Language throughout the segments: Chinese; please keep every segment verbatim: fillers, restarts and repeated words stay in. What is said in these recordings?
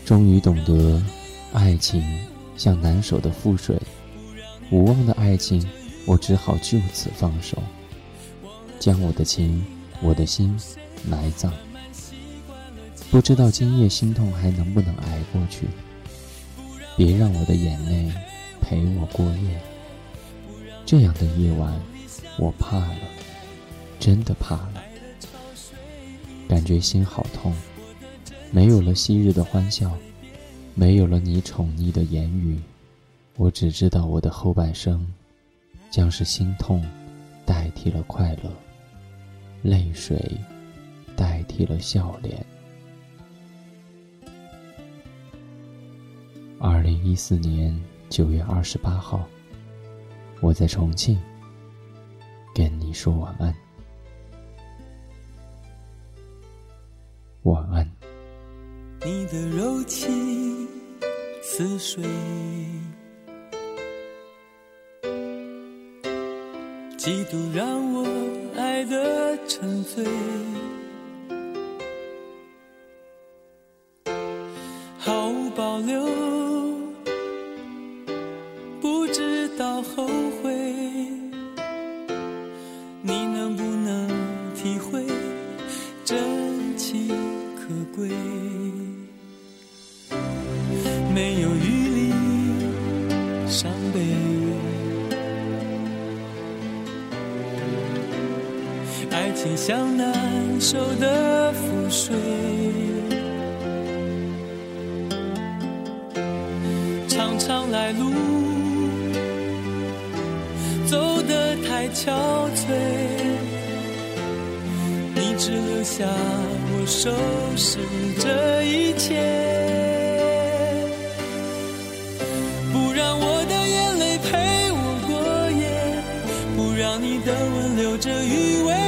终于懂得，爱情像难守的覆水，无望的爱情，我只好就此放手，将我的情，我的心埋葬。不知道今夜心痛还能不能挨过去，别让我的眼泪陪我过夜。这样的夜晚，我怕了，真的怕了。感觉心好痛，没有了昔日的欢笑，没有了你宠溺的言语，我只知道我的后半生将是心痛代替了快乐，泪水代替了笑脸。二零一四年九月二十八号，我在重庆跟你说晚安。晚安。 你的柔情似水，几度让我爱得沉醉，毫无保留，不知道后悔。你能不能体会真情可贵？没有余力伤悲，爱情像难守的覆水，常常来路走得太憔悴，你只留下我收拾这一切，不让我的眼泪陪我过夜，不让你的吻留着余味，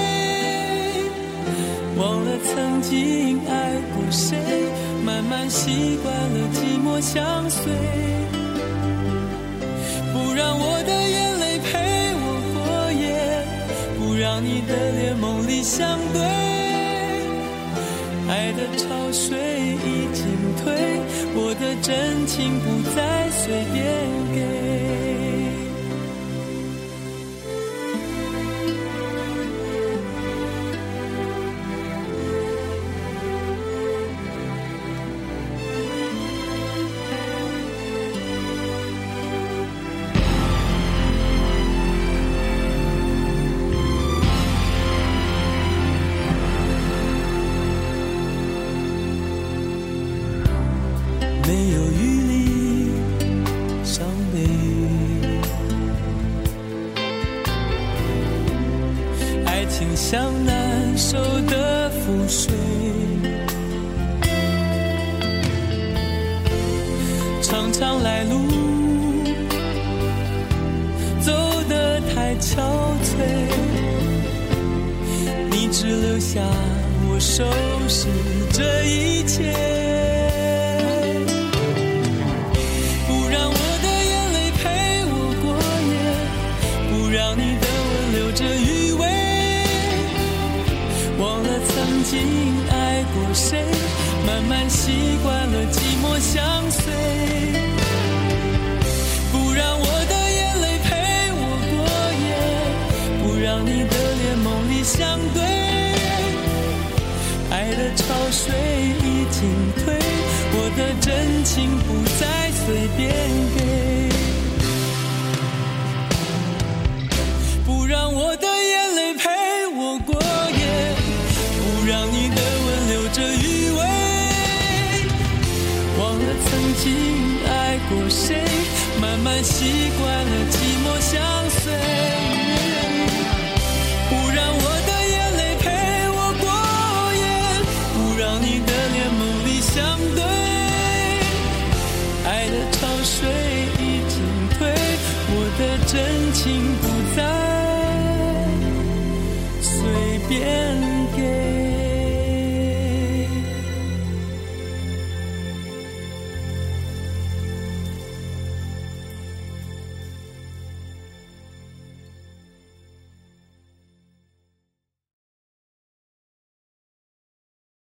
忘了曾经爱过谁，慢慢习惯了寂寞相随，不让我的眼泪陪我过夜，不让你的脸梦里相对，爱的潮水已经退，我的真情不再随便给。没有余力伤悲，爱情像难守的覆水，常常来路走得太憔悴，你只留下我收拾这一切，让你的吻留着余味，忘了曾经爱过谁，慢慢习惯了寂寞相随，不让我的眼泪陪我过夜，不让你的脸梦里相对，爱的潮水已经退，我的真情不再随便给，不让我的眼泪陪我过夜，不让你的吻留着余味，忘了曾经爱过谁，慢慢习惯了寂寞相随，不让我的眼泪陪我过夜，不让你的脸梦里相对，爱的潮水已经退，我的真情不再随便